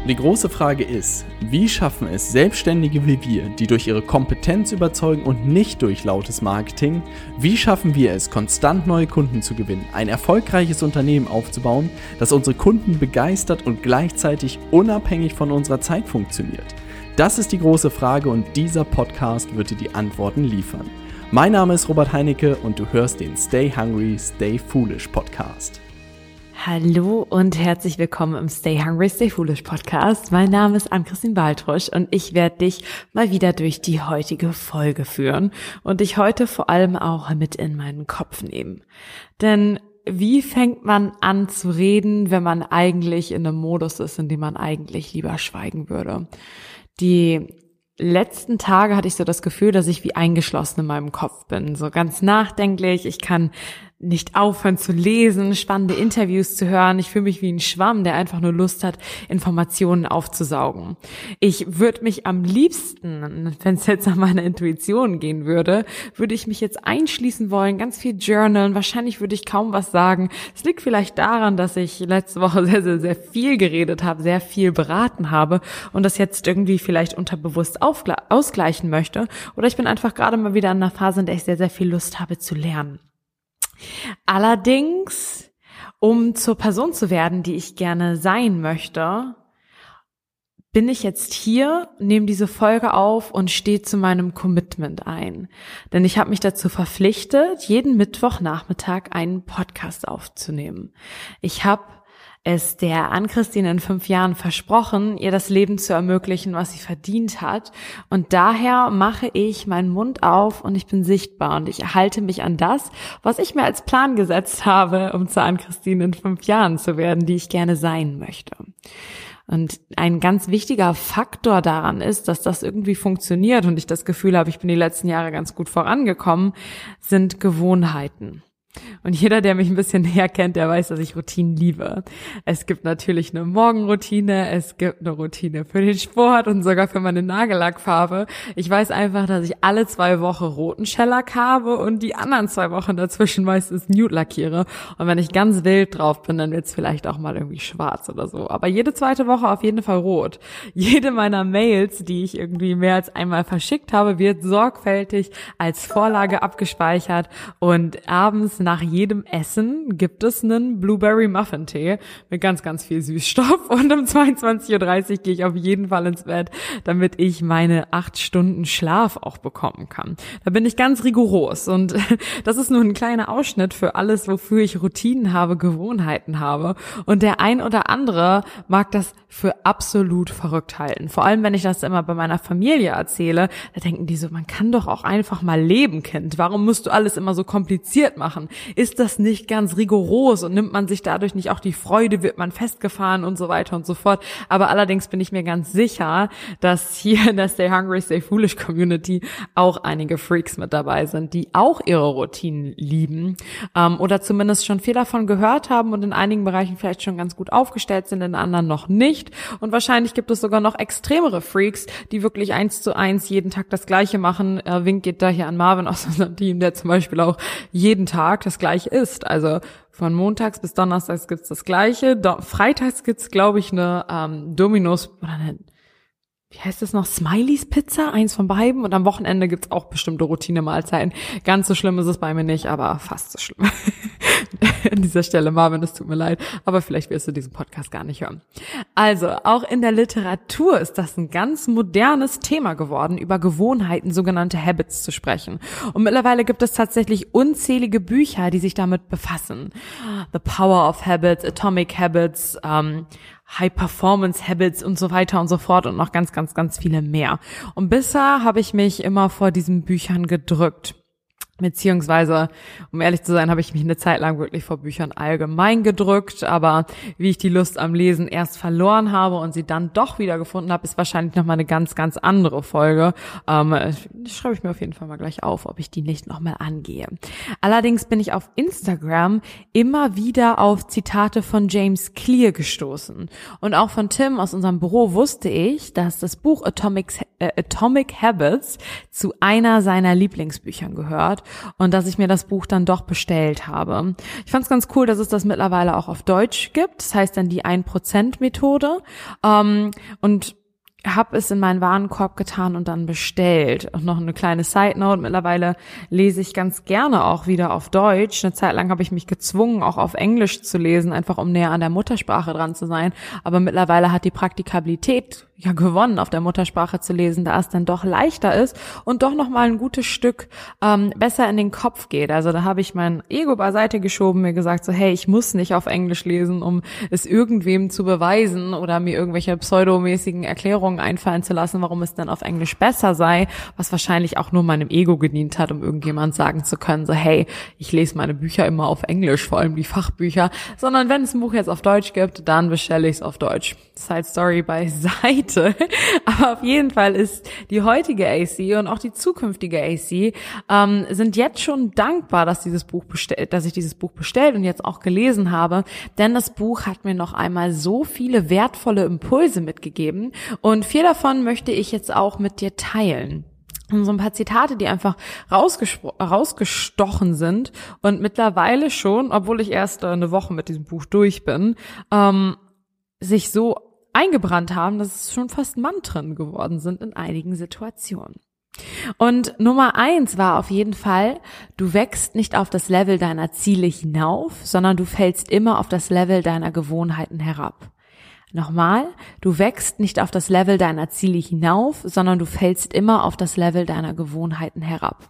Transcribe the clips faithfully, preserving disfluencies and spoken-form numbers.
Die große Frage ist, wie schaffen es Selbstständige wie wir, die durch ihre Kompetenz überzeugen und nicht durch lautes Marketing? Wie schaffen wir es, konstant neue Kunden zu gewinnen, ein erfolgreiches Unternehmen aufzubauen, das unsere Kunden begeistert und gleichzeitig unabhängig von unserer Zeit funktioniert? Das ist die große Frage und dieser Podcast wird dir die Antworten liefern. Mein Name ist Robert Heinecke und du hörst den Stay Hungry, Stay Foolish Podcast. Hallo und herzlich willkommen im Stay Hungry, Stay Foolish Podcast. Mein Name ist Ann-Christine Baltrusch und ich werde dich mal wieder durch die heutige Folge führen und dich heute vor allem auch mit in meinen Kopf nehmen. Denn wie fängt man an zu reden, wenn man eigentlich in einem Modus ist, in dem man eigentlich lieber schweigen würde? Die letzten Tage hatte ich so das Gefühl, dass ich wie eingeschlossen in meinem Kopf bin, so ganz nachdenklich. Ich kann nicht aufhören zu lesen, spannende Interviews zu hören. Ich fühle mich wie ein Schwamm, der einfach nur Lust hat, Informationen aufzusaugen. Ich würde mich am liebsten, wenn es jetzt nach meiner Intuition gehen würde, würde ich mich jetzt einschließen wollen, ganz viel journalen. Wahrscheinlich würde ich kaum was sagen. Es liegt vielleicht daran, dass ich letzte Woche sehr, sehr, sehr viel geredet habe, sehr viel beraten habe und das jetzt irgendwie vielleicht unterbewusst aufgle- ausgleichen möchte. Oder ich bin einfach gerade mal wieder in einer Phase, in der ich sehr, sehr viel Lust habe zu lernen. Allerdings, um zur Person zu werden, die ich gerne sein möchte, bin ich jetzt hier, nehme diese Folge auf und stehe zu meinem Commitment ein. Denn ich habe mich dazu verpflichtet, jeden Mittwochnachmittag einen Podcast aufzunehmen. Ich habe es der Ann-Christine in fünf Jahren versprochen, ihr das Leben zu ermöglichen, was sie verdient hat. Und daher mache ich meinen Mund auf und ich bin sichtbar und ich erhalte mich an das, was ich mir als Plan gesetzt habe, um zur Ann-Christine in fünf Jahren zu werden, die ich gerne sein möchte. Und ein ganz wichtiger Faktor daran ist, dass das irgendwie funktioniert und ich das Gefühl habe, ich bin die letzten Jahre ganz gut vorangekommen, sind Gewohnheiten. Und jeder, der mich ein bisschen näher kennt, der weiß, dass ich Routinen liebe. Es gibt natürlich eine Morgenroutine, es gibt eine Routine für den Sport und sogar für meine Nagellackfarbe. Ich weiß einfach, dass ich alle zwei Wochen roten Shellac habe und die anderen zwei Wochen dazwischen meistens Nude lackiere. Und wenn ich ganz wild drauf bin, dann wird es vielleicht auch mal irgendwie schwarz oder so. Aber jede zweite Woche auf jeden Fall rot. Jede meiner Mails, die ich irgendwie mehr als einmal verschickt habe, wird sorgfältig als Vorlage abgespeichert und abends nach jedem Essen gibt es einen Blueberry Muffin Tee mit ganz, ganz viel Süßstoff und um zweiundzwanzig Uhr dreißig gehe ich auf jeden Fall ins Bett, damit ich meine acht Stunden Schlaf auch bekommen kann. Da bin ich ganz rigoros und das ist nur ein kleiner Ausschnitt für alles, wofür ich Routinen habe, Gewohnheiten habe und der ein oder andere mag das für absolut verrückt halten. Vor allem, wenn ich das immer bei meiner Familie erzähle, da denken die so, man kann doch auch einfach mal leben, Kind. Warum musst du alles immer so kompliziert machen? Ist das nicht ganz rigoros und nimmt man sich dadurch nicht auch die Freude, wird man festgefahren und so weiter und so fort. Aber allerdings bin ich mir ganz sicher, dass hier in der Stay Hungry, Stay Foolish Community auch einige Freaks mit dabei sind, die auch ihre Routinen lieben ähm, oder zumindest schon viel davon gehört haben und in einigen Bereichen vielleicht schon ganz gut aufgestellt sind, in anderen noch nicht. Und wahrscheinlich gibt es sogar noch extremere Freaks, die wirklich eins zu eins jeden Tag das Gleiche machen. Äh, Wink geht da hier an Marvin aus unserem Team, der zum Beispiel auch jeden Tag das Gleiche isst. Also von montags bis donnerstags gibt's das Gleiche. Do- Freitags gibt's, glaube ich, eine ähm, Domino's oder eine, wie heißt das noch, Smileys Pizza, eins von beiden. Und am Wochenende gibt's auch bestimmte Routine-Mahlzeiten. Ganz so schlimm ist es bei mir nicht, aber fast so schlimm. An dieser Stelle, Marvin, es tut mir leid, aber vielleicht wirst du diesen Podcast gar nicht hören. Also, auch in der Literatur ist das ein ganz modernes Thema geworden, über Gewohnheiten, sogenannte Habits zu sprechen. Und mittlerweile gibt es tatsächlich unzählige Bücher, die sich damit befassen. The Power of Habits, Atomic Habits, ähm, High Performance Habits und so weiter und so fort und noch ganz, ganz, ganz viele mehr. Und bisher habe ich mich immer vor diesen Büchern gedrückt. Beziehungsweise, um ehrlich zu sein, habe ich mich eine Zeit lang wirklich vor Büchern allgemein gedrückt, aber wie ich die Lust am Lesen erst verloren habe und sie dann doch wieder gefunden habe, ist wahrscheinlich nochmal eine ganz, ganz andere Folge. Ähm, das schreibe ich mir auf jeden Fall mal gleich auf, ob ich die nicht nochmal angehe. Allerdings bin ich auf Instagram immer wieder auf Zitate von James Clear gestoßen. Und auch von Tim aus unserem Büro wusste ich, dass das Buch Atomic, äh, Atomic Habits zu einer seiner Lieblingsbüchern gehört und dass ich mir das Buch dann doch bestellt habe. Ich fand es ganz cool, dass es das mittlerweile auch auf Deutsch gibt. Das heißt dann die ein Prozent Methode. Ähm, und habe es in meinen Warenkorb getan und dann bestellt. Und noch eine kleine Side Note, mittlerweile lese ich ganz gerne auch wieder auf Deutsch. Eine Zeit lang habe ich mich gezwungen, auch auf Englisch zu lesen, einfach um näher an der Muttersprache dran zu sein. Aber mittlerweile hat die Praktikabilität ja gewonnen, auf der Muttersprache zu lesen, da es dann doch leichter ist und doch nochmal ein gutes Stück ähm, besser in den Kopf geht. Also da habe ich mein Ego beiseite geschoben, mir gesagt so, hey, ich muss nicht auf Englisch lesen, um es irgendwem zu beweisen oder mir irgendwelche pseudomäßigen Erklärungen einfallen zu lassen, warum es dann auf Englisch besser sei, was wahrscheinlich auch nur meinem Ego gedient hat, um irgendjemand sagen zu können, so hey, ich lese meine Bücher immer auf Englisch, vor allem die Fachbücher, sondern wenn es ein Buch jetzt auf Deutsch gibt, dann bestelle ich es auf Deutsch. Side Story beiseite. Aber auf jeden Fall ist die heutige A C und auch die zukünftige A C ähm, sind jetzt schon dankbar, dass dieses Buch bestellt, dass ich dieses Buch bestellt und jetzt auch gelesen habe, denn das Buch hat mir noch einmal so viele wertvolle Impulse mitgegeben und vier davon möchte ich jetzt auch mit dir teilen. Und so ein paar Zitate, die einfach rausgestochen sind und mittlerweile schon, obwohl ich erst eine Woche mit diesem Buch durch bin, ähm, sich so eingebrannt haben, dass es schon fast Mantren geworden sind in einigen Situationen. Und Nummer eins war auf jeden Fall, du wächst nicht auf das Level deiner Ziele hinauf, sondern du fällst immer auf das Level deiner Gewohnheiten herab. Nochmal, du wächst nicht auf das Level deiner Ziele hinauf, sondern du fällst immer auf das Level deiner Gewohnheiten herab.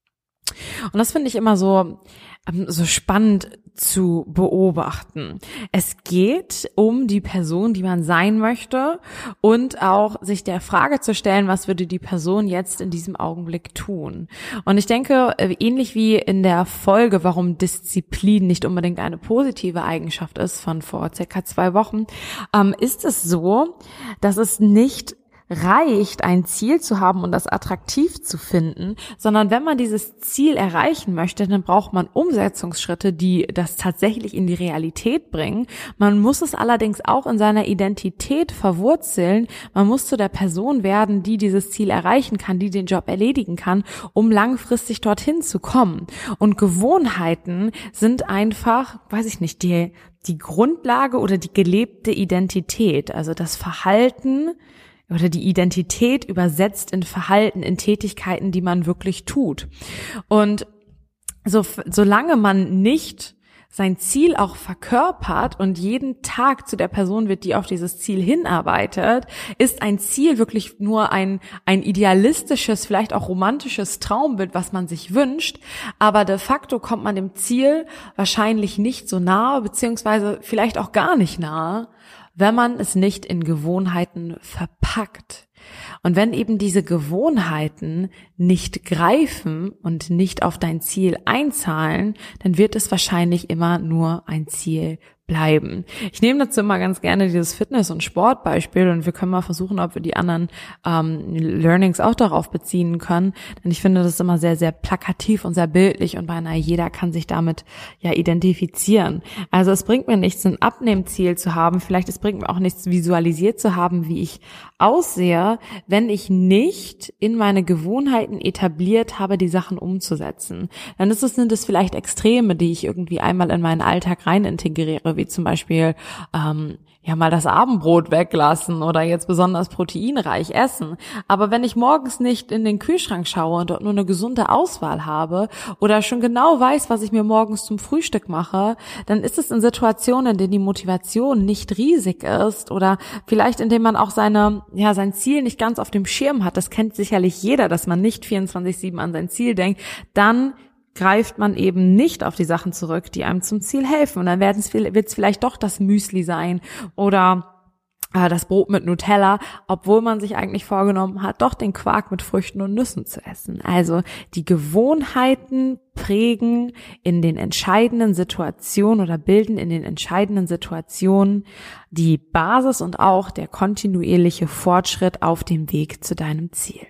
Und das finde ich immer so, so spannend zu beobachten. Es geht um die Person, die man sein möchte und auch sich der Frage zu stellen, was würde die Person jetzt in diesem Augenblick tun? Und ich denke, ähnlich wie in der Folge, warum Disziplin nicht unbedingt eine positive Eigenschaft ist, von vor circa zwei Wochen, ähm, ist es so, dass es nicht reicht, ein Ziel zu haben und das attraktiv zu finden, sondern wenn man dieses Ziel erreichen möchte, dann braucht man Umsetzungsschritte, die das tatsächlich in die Realität bringen. Man muss es allerdings auch in seiner Identität verwurzeln. Man muss zu der Person werden, die dieses Ziel erreichen kann, die den Job erledigen kann, um langfristig dorthin zu kommen. Und Gewohnheiten sind einfach, weiß ich nicht, die, die Grundlage oder die gelebte Identität, also das Verhalten oder die Identität übersetzt in Verhalten, in Tätigkeiten, die man wirklich tut. Und so, solange man nicht sein Ziel auch verkörpert und jeden Tag zu der Person wird, die auf dieses Ziel hinarbeitet, ist ein Ziel wirklich nur ein, ein idealistisches, vielleicht auch romantisches Traumbild, was man sich wünscht. Aber de facto kommt man dem Ziel wahrscheinlich nicht so nahe, beziehungsweise vielleicht auch gar nicht nahe, wenn man es nicht in Gewohnheiten verpackt. Und wenn eben diese Gewohnheiten nicht greifen und nicht auf dein Ziel einzahlen, dann wird es wahrscheinlich immer nur ein Ziel bleiben. Ich nehme dazu immer ganz gerne dieses Fitness- und Sportbeispiel und wir können mal versuchen, ob wir die anderen ähm, Learnings auch darauf beziehen können, denn ich finde das ist immer sehr, sehr plakativ und sehr bildlich und beinahe jeder kann sich damit ja identifizieren. Also es bringt mir nichts, ein Abnehmziel zu haben, vielleicht es bringt mir auch nichts, visualisiert zu haben, wie ich aussehe, wenn ich nicht in meine Gewohnheiten etabliert habe, die Sachen umzusetzen. Dann ist es, sind es vielleicht Extreme, die ich irgendwie einmal in meinen Alltag rein integriere, wie zum Beispiel ähm, ja mal das Abendbrot weglassen oder jetzt besonders proteinreich essen. Aber wenn ich morgens nicht in den Kühlschrank schaue und dort nur eine gesunde Auswahl habe oder schon genau weiß, was ich mir morgens zum Frühstück mache, dann ist es in Situationen, in denen die Motivation nicht riesig ist oder vielleicht in denen man auch seine ja sein Ziel nicht ganz auf dem Schirm hat. Das kennt sicherlich jeder, dass man nicht vierundzwanzig sieben an sein Ziel denkt. Dann greift man eben nicht auf die Sachen zurück, die einem zum Ziel helfen. Und dann wird es vielleicht doch das Müsli sein oder äh, das Brot mit Nutella, obwohl man sich eigentlich vorgenommen hat, doch den Quark mit Früchten und Nüssen zu essen. Also die Gewohnheiten prägen in den entscheidenden Situationen oder bilden in den entscheidenden Situationen die Basis und auch der kontinuierliche Fortschritt auf dem Weg zu deinem Ziel.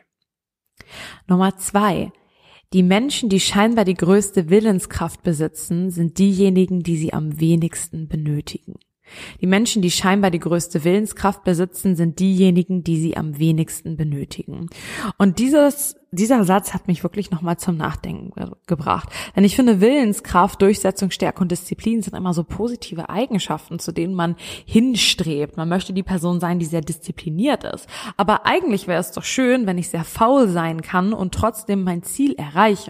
Nummer zwei. Die Menschen, die scheinbar die größte Willenskraft besitzen, sind diejenigen, die sie am wenigsten benötigen. Die Menschen, die scheinbar die größte Willenskraft besitzen, sind diejenigen, die sie am wenigsten benötigen. Und dieses Dieser Satz hat mich wirklich nochmal zum Nachdenken ge- gebracht. Denn ich finde, Willenskraft, Durchsetzung, Stärke und Disziplin sind immer so positive Eigenschaften, zu denen man hinstrebt. Man möchte die Person sein, die sehr diszipliniert ist. Aber eigentlich wäre es doch schön, wenn ich sehr faul sein kann und trotzdem mein Ziel erreiche.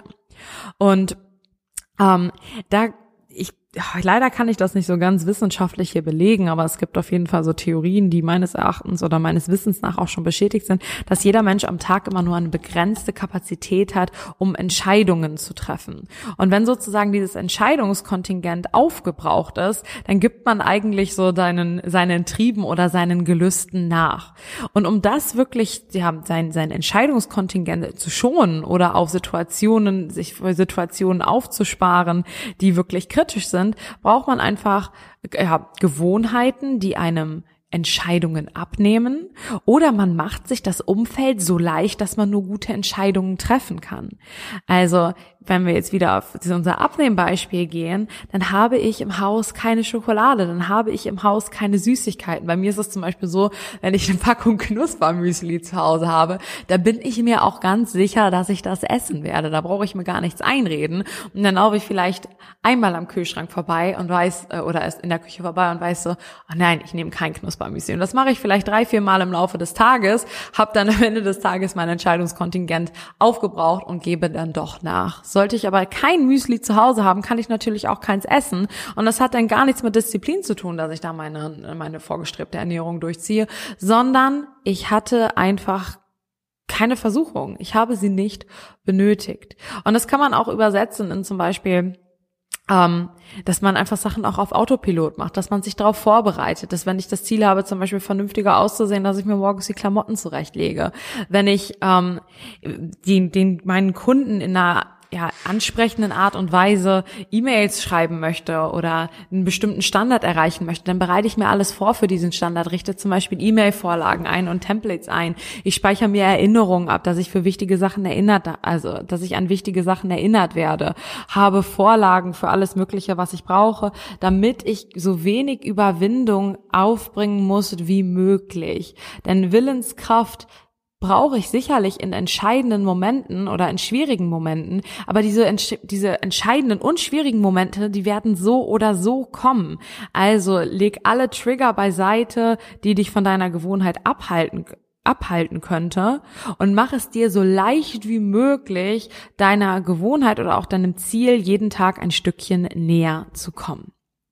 Und ähm, da ich leider kann ich das nicht so ganz wissenschaftlich hier belegen, aber es gibt auf jeden Fall so Theorien, die meines Erachtens oder meines Wissens nach auch schon bestätigt sind, dass jeder Mensch am Tag immer nur eine begrenzte Kapazität hat, um Entscheidungen zu treffen. Und wenn sozusagen dieses Entscheidungskontingent aufgebraucht ist, dann gibt man eigentlich so seinen, seinen Trieben oder seinen Gelüsten nach. Und um das wirklich, ja, sein, sein Entscheidungskontingent zu schonen oder auf Situationen, sich für Situationen aufzusparen, die wirklich kritisch sind, braucht man einfach ja, Gewohnheiten, die einem Entscheidungen abnehmen, oder man macht sich das Umfeld so leicht, dass man nur gute Entscheidungen treffen kann. Also wenn wir jetzt wieder auf unser Abnehmbeispiel gehen, dann habe ich im Haus keine Schokolade, dann habe ich im Haus keine Süßigkeiten. Bei mir ist es zum Beispiel so, wenn ich eine Packung Knuspermüsli zu Hause habe, da bin ich mir auch ganz sicher, dass ich das essen werde. Da brauche ich mir gar nichts einreden. Und dann laufe ich vielleicht einmal am Kühlschrank vorbei und weiß, oder ist in der Küche vorbei und weiß so, oh nein, ich nehme kein Knuspermüsli. Und das mache ich vielleicht drei, vier Mal im Laufe des Tages, habe dann am Ende des Tages mein Entscheidungskontingent aufgebraucht und gebe dann doch nach. Sollte ich aber kein Müsli zu Hause haben, kann ich natürlich auch keins essen. Und das hat dann gar nichts mit Disziplin zu tun, dass ich da meine, meine vorgestrebte Ernährung durchziehe, sondern ich hatte einfach keine Versuchung. Ich habe sie nicht benötigt. Und das kann man auch übersetzen in zum Beispiel, ähm, dass man einfach Sachen auch auf Autopilot macht, dass man sich darauf vorbereitet, dass wenn ich das Ziel habe, zum Beispiel vernünftiger auszusehen, dass ich mir morgens die Klamotten zurechtlege. Wenn ich ähm, die, den meinen Kunden in einer ja, ansprechenden Art und Weise E-Mails schreiben möchte oder einen bestimmten Standard erreichen möchte, dann bereite ich mir alles vor für diesen Standard, richte zum Beispiel E-Mail-Vorlagen ein und Templates ein. Ich speichere mir Erinnerungen ab, dass ich für wichtige Sachen erinnert, also dass ich an wichtige Sachen erinnert werde, habe Vorlagen für alles Mögliche, was ich brauche, damit ich so wenig Überwindung aufbringen muss wie möglich. Denn Willenskraft brauche ich sicherlich in entscheidenden Momenten oder in schwierigen Momenten, aber diese diese entscheidenden und schwierigen Momente, die werden so oder so kommen. Also leg alle Trigger beiseite, die dich von deiner Gewohnheit abhalten abhalten könnte, und mach es dir so leicht wie möglich, deiner Gewohnheit oder auch deinem Ziel jeden Tag ein Stückchen näher zu kommen.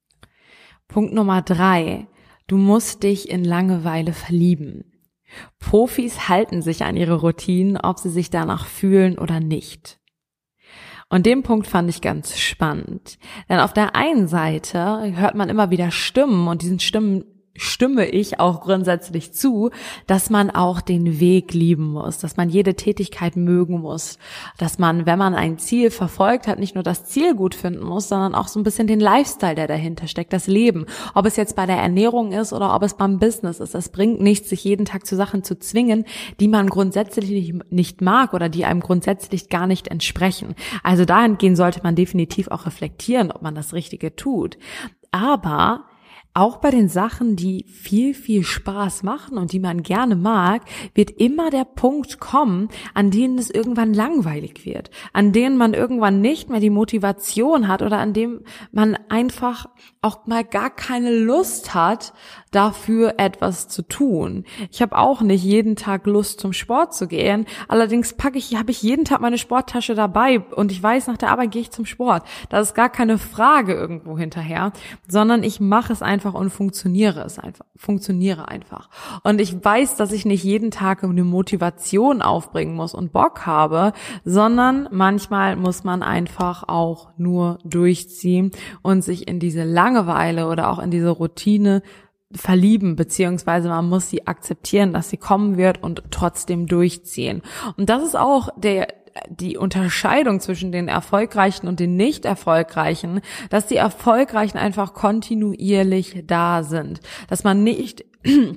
Punkt Nummer drei. Du musst dich in Langeweile verlieben. Profis halten sich an ihre Routinen, ob sie sich danach fühlen oder nicht. Und den Punkt fand ich ganz spannend. Denn auf der einen Seite hört man immer wieder Stimmen, und diesen Stimmen stimme ich auch grundsätzlich zu, dass man auch den Weg lieben muss, dass man jede Tätigkeit mögen muss, dass man, wenn man ein Ziel verfolgt hat, nicht nur das Ziel gut finden muss, sondern auch so ein bisschen den Lifestyle, der dahinter steckt, das Leben. Ob es jetzt bei der Ernährung ist oder ob es beim Business ist. Es bringt nichts, sich jeden Tag zu Sachen zu zwingen, die man grundsätzlich nicht mag oder die einem grundsätzlich gar nicht entsprechen. Also dahingehend sollte man definitiv auch reflektieren, ob man das Richtige tut. Aber auch bei den Sachen, die viel, viel Spaß machen und die man gerne mag, wird immer der Punkt kommen, an denen es irgendwann langweilig wird, an denen man irgendwann nicht mehr die Motivation hat oder an dem man einfach auch mal gar keine Lust hat, dafür etwas zu tun. Ich habe auch nicht jeden Tag Lust, zum Sport zu gehen. Allerdings packe ich, habe ich jeden Tag meine Sporttasche dabei und ich weiß, nach der Arbeit gehe ich zum Sport. Das ist gar keine Frage irgendwo hinterher, sondern ich mache es einfach und funktioniere es einfach, funktioniere einfach. Und ich weiß, dass ich nicht jeden Tag eine Motivation aufbringen muss und Bock habe, sondern manchmal muss man einfach auch nur durchziehen und sich in diese Langeweile oder auch in diese Routine verlieben, beziehungsweise man muss sie akzeptieren, dass sie kommen wird, und trotzdem durchziehen. Und das ist auch der die Unterscheidung zwischen den Erfolgreichen und den nicht Erfolgreichen, dass die Erfolgreichen einfach kontinuierlich da sind, dass man nicht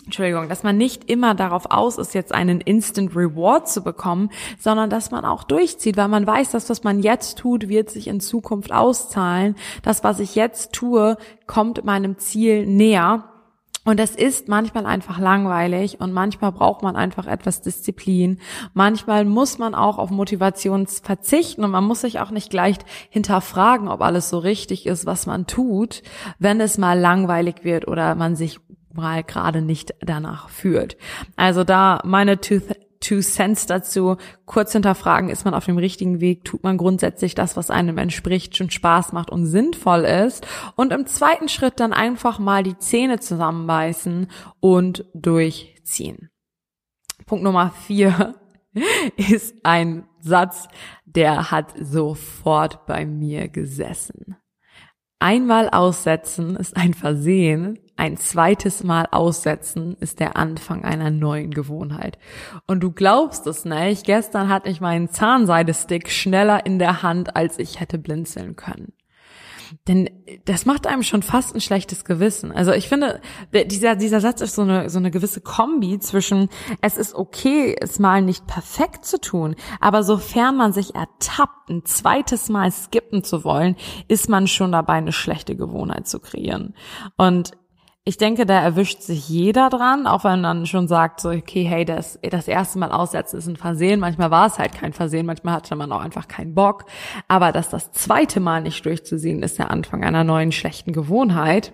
Entschuldigung, dass man nicht immer darauf aus ist, jetzt einen Instant Reward zu bekommen, sondern dass man auch durchzieht, weil man weiß, dass was man jetzt tut, wird sich in Zukunft auszahlen. Das, was ich jetzt tue, kommt meinem Ziel näher. Und es ist manchmal einfach langweilig und manchmal braucht man einfach etwas Disziplin. Manchmal muss man auch auf Motivation verzichten und man muss sich auch nicht gleich hinterfragen, ob alles so richtig ist, was man tut, wenn es mal langweilig wird oder man sich mal gerade nicht danach fühlt. Also da meine Two, two Cents dazu, kurz hinterfragen, ist man auf dem richtigen Weg, tut man grundsätzlich das, was einem entspricht, schon Spaß macht und sinnvoll ist, und im zweiten Schritt dann einfach mal die Zähne zusammenbeißen und durchziehen. Punkt Nummer vier ist ein Satz, der hat sofort bei mir gesessen. Einmal aussetzen ist ein Versehen, ein zweites Mal aussetzen ist der Anfang einer neuen Gewohnheit. Und du glaubst es nicht, gestern hatte ich meinen Zahnseidestick schneller in der Hand, als ich hätte blinzeln können. Denn das macht einem schon fast ein schlechtes Gewissen. Also ich finde, dieser dieser Satz ist so eine so eine gewisse Kombi zwischen, es ist okay, es mal nicht perfekt zu tun, aber sofern man sich ertappt, ein zweites Mal skippen zu wollen, ist man schon dabei, eine schlechte Gewohnheit zu kreieren. Und ich denke, da erwischt sich jeder dran, auch wenn man dann schon sagt, so, okay, hey, das, das erste Mal aussetzen ist ein Versehen. Manchmal war es halt kein Versehen, manchmal hatte man auch einfach keinen Bock. Aber dass das zweite Mal nicht durchzuziehen, ist der Anfang einer neuen schlechten Gewohnheit.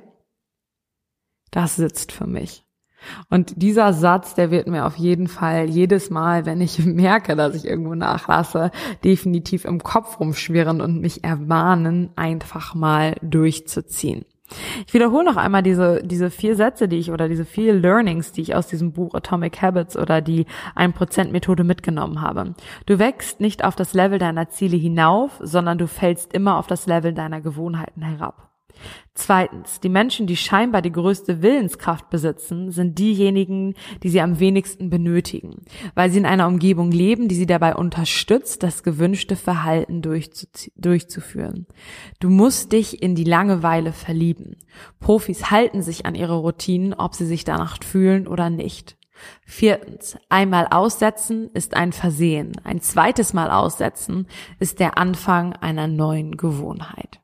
Das sitzt für mich. Und dieser Satz, der wird mir auf jeden Fall jedes Mal, wenn ich merke, dass ich irgendwo nachlasse, definitiv im Kopf rumschwirren und mich ermahnen, einfach mal durchzuziehen. Ich wiederhole noch einmal diese diese vier Sätze, die ich oder diese vier Learnings, die ich aus diesem Buch Atomic Habits oder die ein Prozent Methode mitgenommen habe. Du wächst nicht auf das Level deiner Ziele hinauf, sondern du fällst immer auf das Level deiner Gewohnheiten herab. Zweitens, die Menschen, die scheinbar die größte Willenskraft besitzen, sind diejenigen, die sie am wenigsten benötigen, weil sie in einer Umgebung leben, die sie dabei unterstützt, das gewünschte Verhalten durchzuführen. Du musst dich in die Langeweile verlieben. Profis halten sich an ihre Routinen, ob sie sich danach fühlen oder nicht. Viertens, einmal aussetzen ist ein Versehen. Ein zweites Mal aussetzen ist der Anfang einer neuen Gewohnheit.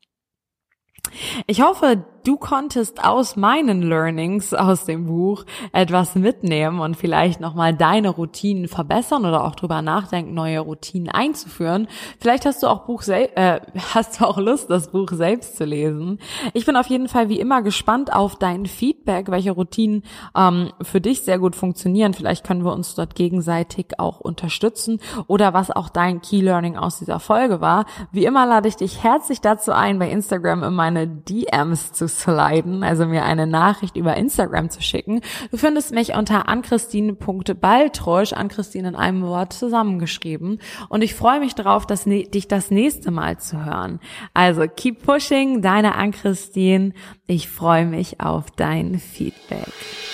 Ich hoffe, du konntest aus meinen Learnings aus dem Buch etwas mitnehmen und vielleicht nochmal deine Routinen verbessern oder auch drüber nachdenken, neue Routinen einzuführen. Vielleicht hast du auch Buch sel- äh, hast du auch Lust, das Buch selbst zu lesen. Ich bin auf jeden Fall wie immer gespannt auf dein Feedback, welche Routinen ähm, für dich sehr gut funktionieren. Vielleicht können wir uns dort gegenseitig auch unterstützen oder was auch dein Key Learning aus dieser Folge war. Wie immer lade ich dich herzlich dazu ein, bei Instagram in meine D Ms zu sliden, also mir eine Nachricht über Instagram zu schicken. Du findest mich unter ann-christine punkt baltrusch, Ann-Christine in einem Wort zusammengeschrieben, und ich freue mich darauf, dass, ne, dich das nächste Mal zu hören. Also keep pushing, deine Ann-Christine. Ich freue mich auf dein Feedback.